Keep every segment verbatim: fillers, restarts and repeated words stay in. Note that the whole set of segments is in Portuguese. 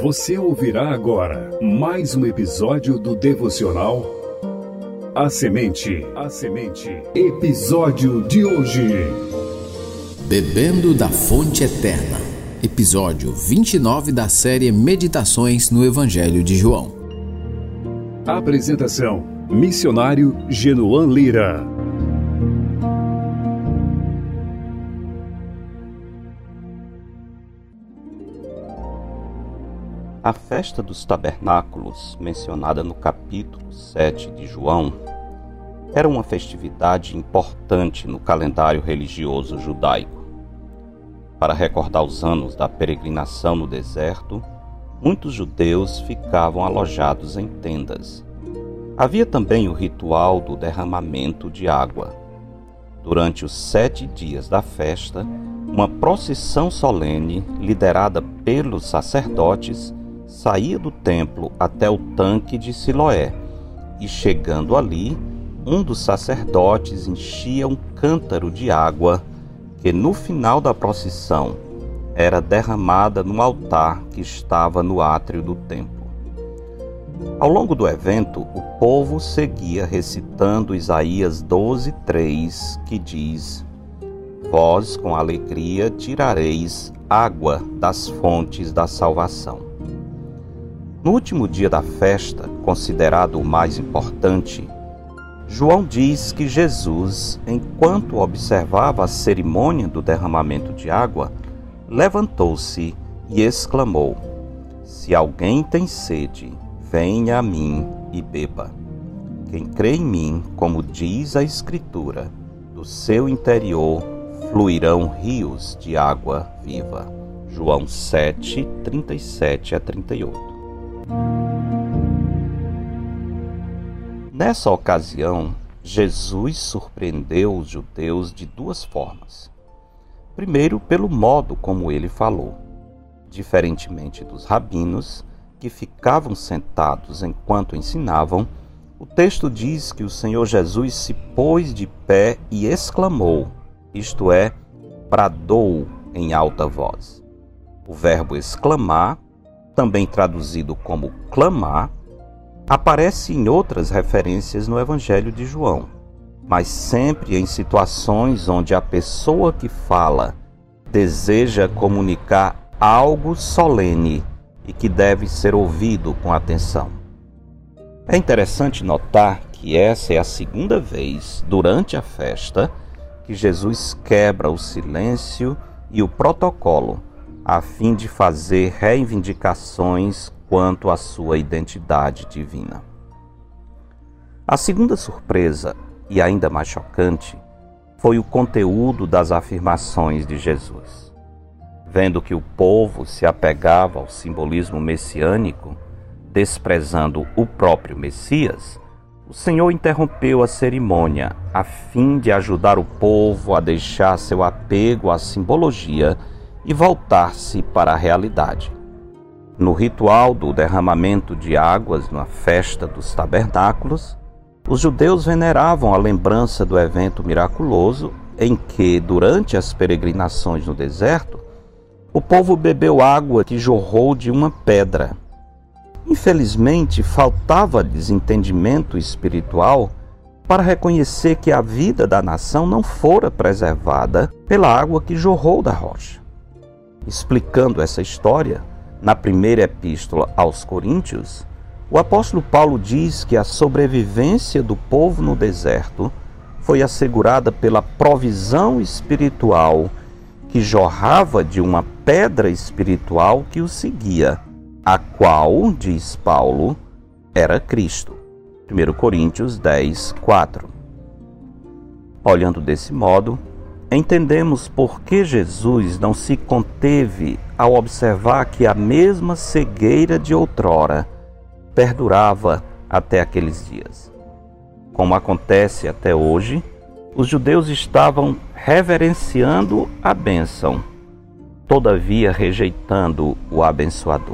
Você ouvirá agora mais um episódio do devocional A Semente. A Semente. Episódio de hoje. Bebendo da Fonte Eterna. Episódio vinte e nove da série Meditações no Evangelho de João. Apresentação: Missionário Genoan Lira. A festa dos tabernáculos, mencionada no capítulo sete de João, era uma festividade importante no calendário religioso judaico. Para recordar os anos da peregrinação no deserto, muitos judeus ficavam alojados em tendas. Havia também o ritual do derramamento de água. Durante os sete dias da festa, uma procissão solene, liderada pelos sacerdotes, saía do templo até o tanque de Siloé, e chegando ali, um dos sacerdotes enchia um cântaro de água que no final da procissão era derramada no altar que estava no átrio do templo. Ao longo do evento, o povo seguia recitando Isaías doze, três, que diz: Vós com alegria tirareis água das fontes da salvação. No último dia da festa, considerado o mais importante, João diz que Jesus, enquanto observava a cerimônia do derramamento de água, levantou-se e exclamou: Se alguém tem sede, venha a mim e beba. Quem crê em mim, como diz a Escritura, do seu interior fluirão rios de água viva. João sete, trinta e sete a trinta e oito. Nessa ocasião, Jesus surpreendeu os judeus de duas formas. Primeiro, pelo modo como ele falou. Diferentemente dos rabinos, que ficavam sentados enquanto ensinavam, o texto diz que o Senhor Jesus se pôs de pé e exclamou, isto é, bradou em alta voz. O verbo exclamar, também traduzido como clamar, aparece em outras referências no Evangelho de João, mas sempre em situações onde a pessoa que fala deseja comunicar algo solene e que deve ser ouvido com atenção. É interessante notar que essa é a segunda vez durante a festa que Jesus quebra o silêncio e o protocolo a fim de fazer reivindicações quanto à sua identidade divina. A segunda surpresa, e ainda mais chocante, foi o conteúdo das afirmações de Jesus. Vendo que o povo se apegava ao simbolismo messiânico, desprezando o próprio Messias, o Senhor interrompeu a cerimônia a fim de ajudar o povo a deixar seu apego à simbologia e voltar-se para a realidade. No ritual do derramamento de águas na festa dos tabernáculos, os judeus veneravam a lembrança do evento miraculoso em que, durante as peregrinações no deserto, o povo bebeu água que jorrou de uma pedra. Infelizmente, faltava-lhes entendimento espiritual para reconhecer que a vida da nação não fora preservada pela água que jorrou da rocha. Explicando essa história, na primeira epístola aos Coríntios, o apóstolo Paulo diz que a sobrevivência do povo no deserto foi assegurada pela provisão espiritual que jorrava de uma pedra espiritual que o seguia, a qual, diz Paulo, era Cristo. primeira Coríntios dez, quatro. Olhando desse modo, entendemos por que Jesus não se conteve ao observar que a mesma cegueira de outrora perdurava até aqueles dias. Como acontece até hoje, os judeus estavam reverenciando a bênção, todavia rejeitando o abençoador.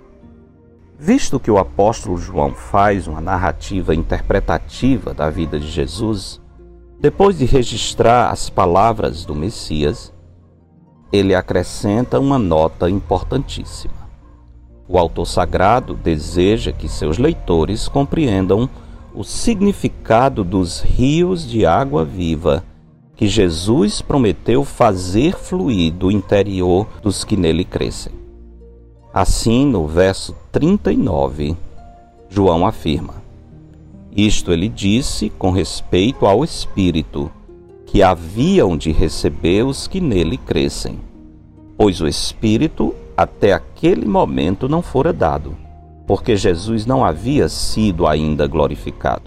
Visto que o apóstolo João faz uma narrativa interpretativa da vida de Jesus, depois de registrar as palavras do Messias, ele acrescenta uma nota importantíssima. O autor sagrado deseja que seus leitores compreendam o significado dos rios de água viva que Jesus prometeu fazer fluir do interior dos que nele crescem. Assim, no verso trinta e nove, João afirma: isto ele disse com respeito ao Espírito, que haviam de receber os que nele crescem, pois o Espírito até aquele momento não fora dado, porque Jesus não havia sido ainda glorificado.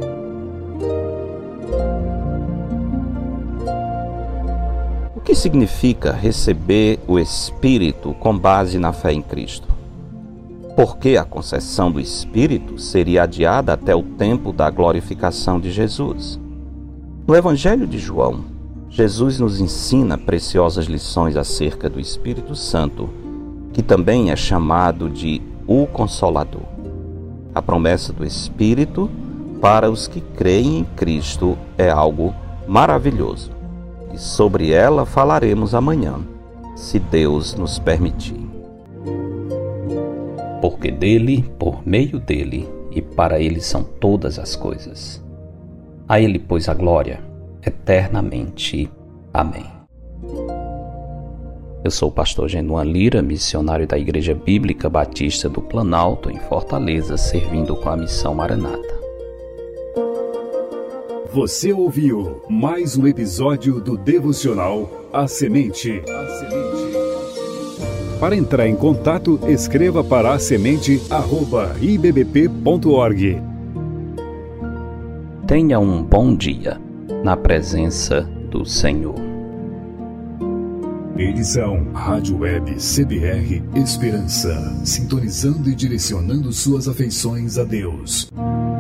O que significa receber o Espírito com base na fé em Cristo? Porque a concessão do Espírito seria adiada até o tempo da glorificação de Jesus. No Evangelho de João, Jesus nos ensina preciosas lições acerca do Espírito Santo, que também é chamado de o Consolador. A promessa do Espírito para os que creem em Cristo é algo maravilhoso, e sobre ela falaremos amanhã, se Deus nos permitir. Porque dele, por meio dele e para ele são todas as coisas. A ele, pois, a glória eternamente. Amém. Eu sou o pastor Genuan Lira, missionário da Igreja Bíblica Batista do Planalto, em Fortaleza, servindo com a missão Maranata. Você ouviu mais um episódio do devocional A Semente. Para entrar em contato, escreva para a semente arroba i b b p ponto org. Tenha um bom dia na presença do Senhor. Edição Rádio Web C B R Esperança, sintonizando e direcionando suas afeições a Deus.